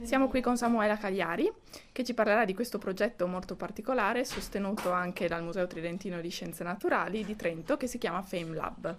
Siamo qui con Samuela Cagliari, che ci parlerà di questo progetto molto particolare, sostenuto anche dal Museo Tridentino di Scienze Naturali di Trento, che si chiama FameLab.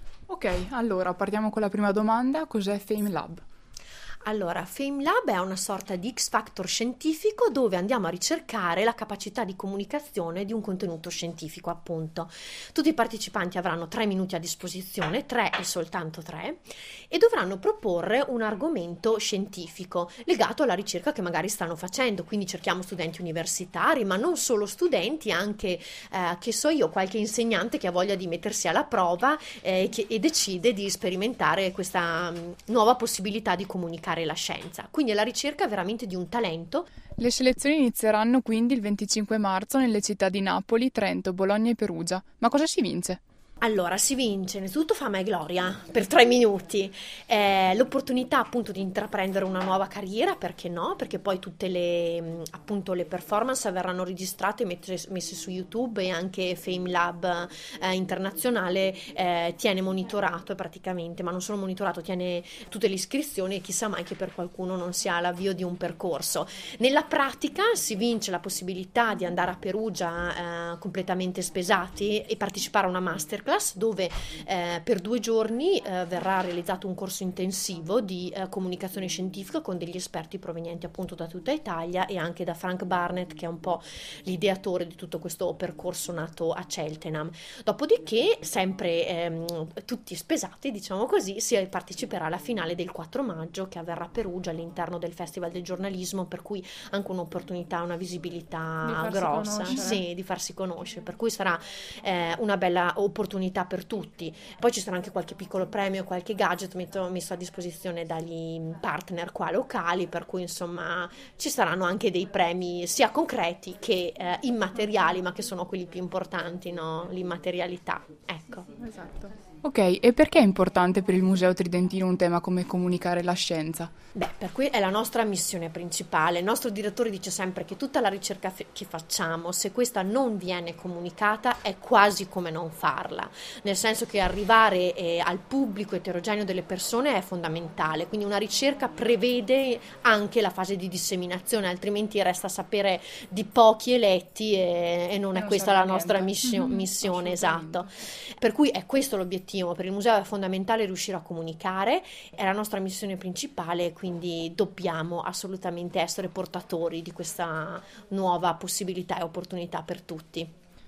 Ok, allora partiamo con la prima domanda. Cos'è FameLab? Allora, FameLab è una sorta di X-Factor scientifico dove andiamo a ricercare la capacità di comunicazione di un contenuto scientifico, appunto. Tutti i partecipanti avranno 3 minuti a disposizione, 3 e soltanto 3, e dovranno proporre un argomento scientifico legato alla ricerca che magari stanno facendo. Quindi cerchiamo studenti universitari, ma non solo studenti, anche, che so io, qualche insegnante che ha voglia di mettersi alla prova e decide di sperimentare questa nuova possibilità di comunicare la scienza. Quindi è la ricerca veramente di un talento. Le selezioni inizieranno quindi il 25 marzo nelle città di Napoli, Trento, Bologna e Perugia. Ma cosa si vince? Allora, si vince innanzitutto fama e gloria per 3 minuti, l'opportunità appunto di intraprendere una nuova carriera, perché no? Perché poi tutte appunto le performance verranno registrate e messe su YouTube, e anche FameLab internazionale tiene monitorato praticamente, ma non solo monitorato, tiene tutte le iscrizioni, e chissà mai che per qualcuno non sia all'avvio di un percorso. Nella pratica si vince la possibilità di andare a Perugia completamente spesati e partecipare a una masterclass dove per 2 giorni verrà realizzato un corso intensivo di comunicazione scientifica con degli esperti provenienti appunto da tutta Italia, e anche da Frank Barnett, che è un po' l'ideatore di tutto questo percorso nato a Cheltenham. Dopodiché, sempre tutti spesati, diciamo così, si parteciperà alla finale del 4 maggio che avverrà a Perugia all'interno del Festival del Giornalismo, per cui anche un'opportunità, una visibilità grossa, sì, di farsi conoscere, per cui sarà una bella opportunità per tutti. Poi ci sarà anche qualche piccolo premio, qualche gadget messo a disposizione dagli partner qua locali, per cui insomma ci saranno anche dei premi sia concreti che immateriali, ma che sono quelli più importanti, no? L'immaterialità, ecco. Esatto. Ok, e perché è importante per il Museo Tridentino un tema come comunicare la scienza? Beh, per cui è la nostra missione principale. Il nostro direttore dice sempre che tutta la ricerca che facciamo, se questa non viene comunicata, è quasi come non farla, nel senso che arrivare al pubblico eterogeneo delle persone è fondamentale. Quindi una ricerca prevede anche la fase di disseminazione, altrimenti resta sapere di pochi eletti e non è questa la nostra missione, esatto. Per cui è questo l'obiettivo. Per il museo è fondamentale riuscire a comunicare, è la nostra missione principale, quindi dobbiamo assolutamente essere portatori di questa nuova possibilità e opportunità per tutti.